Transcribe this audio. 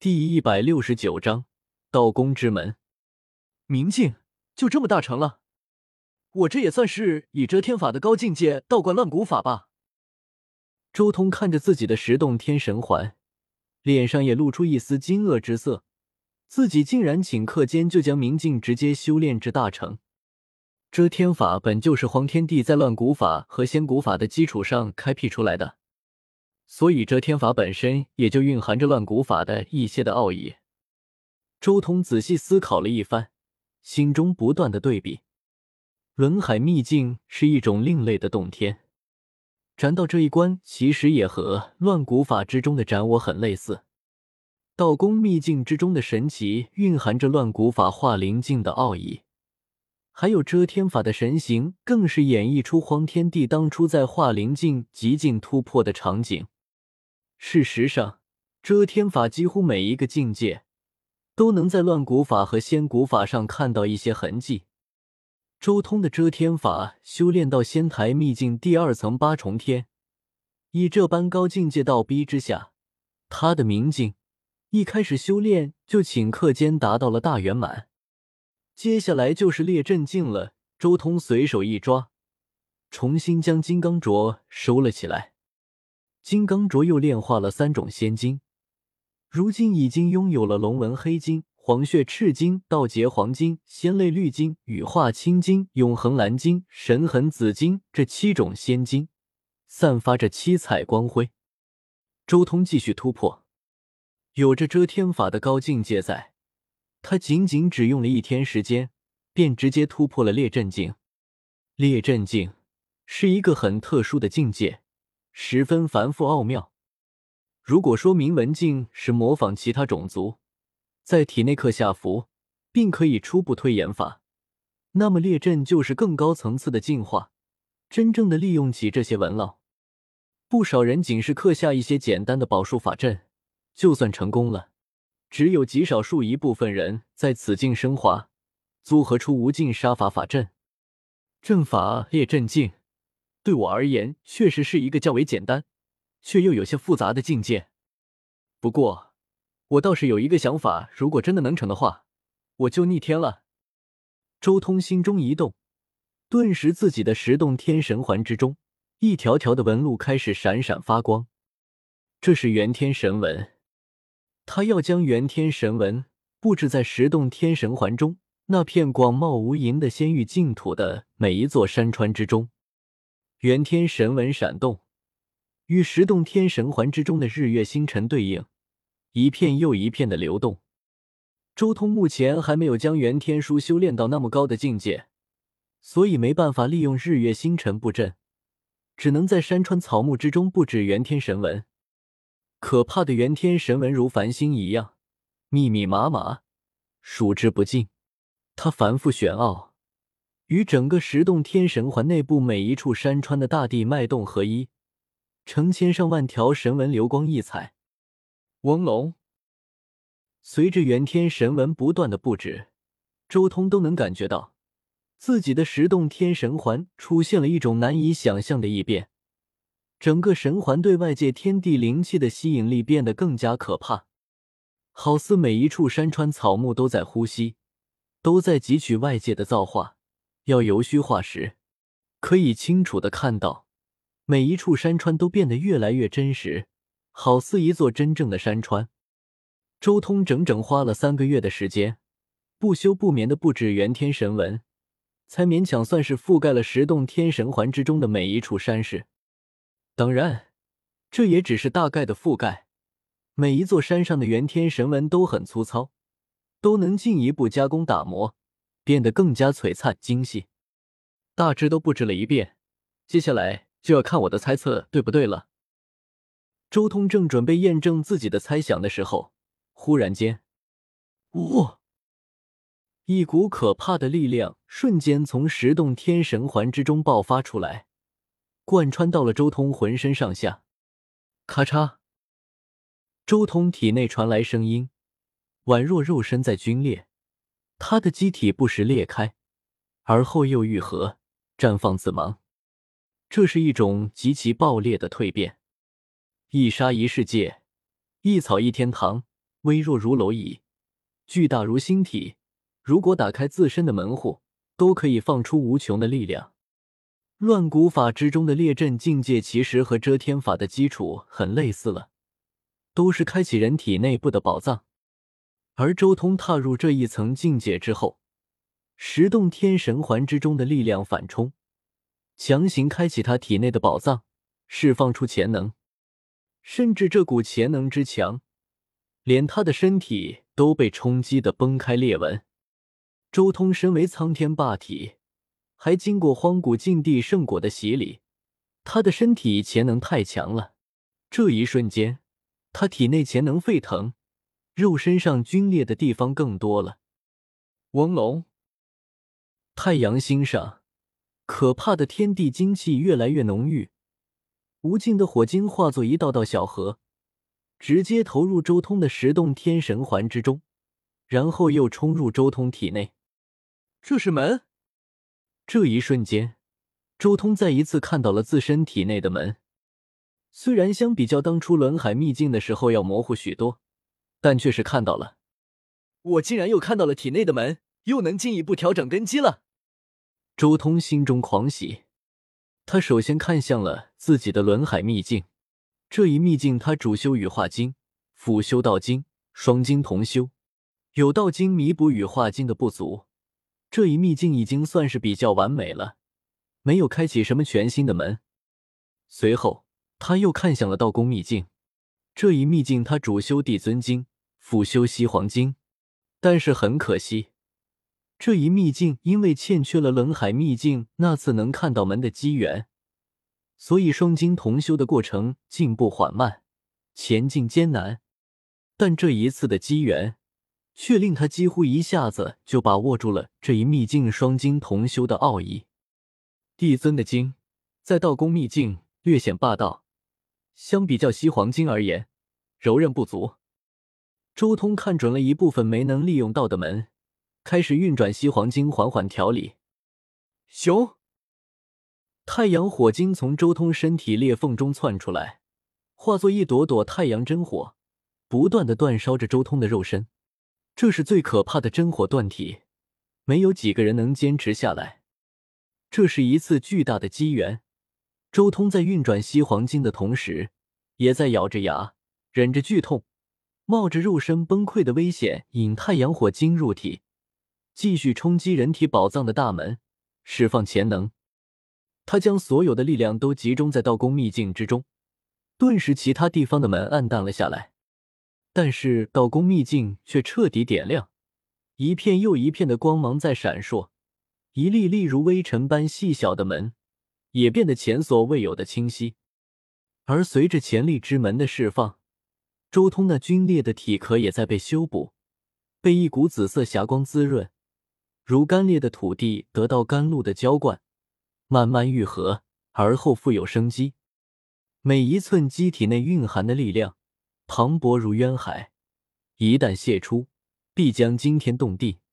第169章道宫之门。 明镜就这么大成了，我这也算是以遮天法的高境界道观乱古法吧。 周通看着自己的十洞天神环，脸上也露出一丝惊愕之色，自己竟然顷刻间就将明镜直接修炼至大成。遮天法本就是黄天帝在乱古法和仙古法的基础上开辟出来的，所以遮天法本身也就蕴含着乱古法的一些的奥义。周通仔细思考了一番，心中不断的对比，轮海秘境是一种另类的洞天，斩道这一关其实也和乱古法之中的斩我很类似。道宫秘境之中的神奇蕴含着乱古法化灵境的奥义，还有遮天法的神形更是演绎出荒天帝当初在化灵境极尽突破的场景。事实上，遮天法几乎每一个境界都能在乱古法和仙古法上看到一些痕迹。周通的遮天法修炼到仙台秘境第2层8重天，以这般高境界倒逼之下，他的明镜一开始修炼就顷刻间达到了大圆满。接下来就是列阵境了，周通随手一抓，重新将金刚镯收了起来。金刚镯又炼化了3种仙金，如今已经拥有了龙纹黑金、黄血赤金、道劫黄金、仙泪绿金、羽化青金、永恒蓝金、神痕紫金这7种仙金，散发着七彩光辉。周通继续突破，有着遮天法的高境界在，他仅只用了1天时间，便直接突破了列阵境。列阵境是一个很特殊的境界，十分繁复奥妙。如果说明文镜是模仿其他种族，在体内刻下符，并可以初步推演法，那么列阵就是更高层次的进化，真正的利用起这些文烙。不少人仅是刻下一些简单的宝术法阵，就算成功了，只有极少数一部分人在此境升华，组合出无尽杀法法阵。阵法列阵境对我而言确实是一个较为简单却又有些复杂的境界。不过我倒是有一个想法，如果真的能成的话，我就逆天了。周通心中一动，顿时自己的十洞天神环之中，一条条的纹路开始闪闪发光。这是元天神纹，他要将元天神纹布置在十洞天神环中那片广袤无垠的仙域净土的每一座山川之中。元天神纹闪动，与十洞天神环之中的日月星辰对应，一片又一片的流动。周通目前还没有将元天书修炼到那么高的境界，所以没办法利用日月星辰布阵，只能在山川草木之中布置元天神纹。可怕的元天神纹如繁星一样，密密麻麻，数之不尽。它繁复玄奥，与整个十洞天神环内部每一处山川的大地脉动合一，成千上万条神纹流光溢彩。翁龙。随着元天神纹不断的布置，周通都能感觉到自己的十洞天神环出现了一种难以想象的异变，整个神环对外界天地灵气的吸引力变得更加可怕，好似每一处山川草木都在呼吸，都在汲取外界的造化，要由虚化实。可以清楚地看到，每一处山川都变得越来越真实，好似一座真正的山川。周通整整花了3个月的时间，不休不眠地布置元天神纹，才勉强算是覆盖了十洞天神环之中的每一处山势。当然，这也只是大概的覆盖，每一座山上的元天神纹都很粗糙，都能进一步加工打磨，变得更加璀璨精细。大致都布置了一遍，接下来就要看我的猜测对不对了。周通正准备验证自己的猜想的时候，忽然间，一股可怕的力量瞬间从十洞天神环之中爆发出来，贯穿到了周通浑身上下。咔嚓，周通体内传来声音，宛若肉身在皲裂，他的机体不时裂开，而后又愈合，绽放自芒。这是一种极其爆裂的蜕变。一沙一世界，一草一天堂， 微弱如蝼蚁，巨大如星体，如果打开自身的门户，都可以放出无穷的力量。乱古法之中的列阵境界其实和遮天法的基础很类似了，都是开启人体内部的宝藏。而周通踏入这一层境界之后，十洞天神环之中的力量反冲，强行开启他体内的宝藏，释放出潜能。甚至这股潜能之强，连他的身体都被冲击得崩开裂纹。周通身为苍天霸体，还经过荒古禁地圣果的洗礼，他的身体潜能太强了。这一瞬间，他体内潜能沸腾，肉身上皲裂的地方更多了。嗡隆，太阳星上，可怕的天地精气越来越浓郁，无尽的火晶化作一道道小河，直接投入周通的十洞天神环之中，然后又冲入周通体内。 这是门。 这一瞬间，周通再一次看到了自身体内的门。虽然相比较当初轮海秘境的时候要模糊许多，但却是看到了。 我竟然又看到了体内的门，又能进一步调整根基了。 周通心中狂喜，他首先看向了自己的轮海秘境。这一秘境他主修羽化经，辅修道经，双经同修，有道经弥补羽化经的不足。这一秘境已经算是比较完美了，没有开启什么全新的门。随后他又看向了道宫秘境。这一秘境他主修地尊经，辅修西黄经，但是很可惜，这一秘境因为欠缺了轮海秘境那次能看到门的机缘，所以双经同修的过程进步缓慢，前进艰难。但这一次的机缘却令他几乎一下子就把握住了这一秘境双经同修的奥义。帝尊的经在道宫秘境略显霸道，相比较西黄经而言，柔韧不足。周通看准了一部分没能利用到的门，开始运转西黄经缓缓调理。 熊！ 太阳火晶从周通身体裂缝中窜出来，化作一朵朵太阳真火，不断地煅烧着周通的肉身。这是最可怕的真火锻体，没有几个人能坚持下来。这是一次巨大的机缘，周通在运转西黄经的同时，也在咬着牙，忍着剧痛，冒着肉身崩溃的危险，引太阳火晶入体，继续冲击人体宝藏的大门，释放潜能。他将所有的力量都集中在道宫秘境之中，顿时其他地方的门暗淡了下来。但是道宫秘境却彻底点亮，一片又一片的光芒在闪烁，一粒粒如微尘般细小的门也变得前所未有的清晰。而随着潜力之门的释放，周通那皲裂的体壳也在被修补，被一股紫色霞光滋润，如干裂的土地得到甘露的浇灌，慢慢愈合，而后富有生机。每一寸机体内蕴含的力量磅礴如渊海，一旦泄出，必将惊天动地。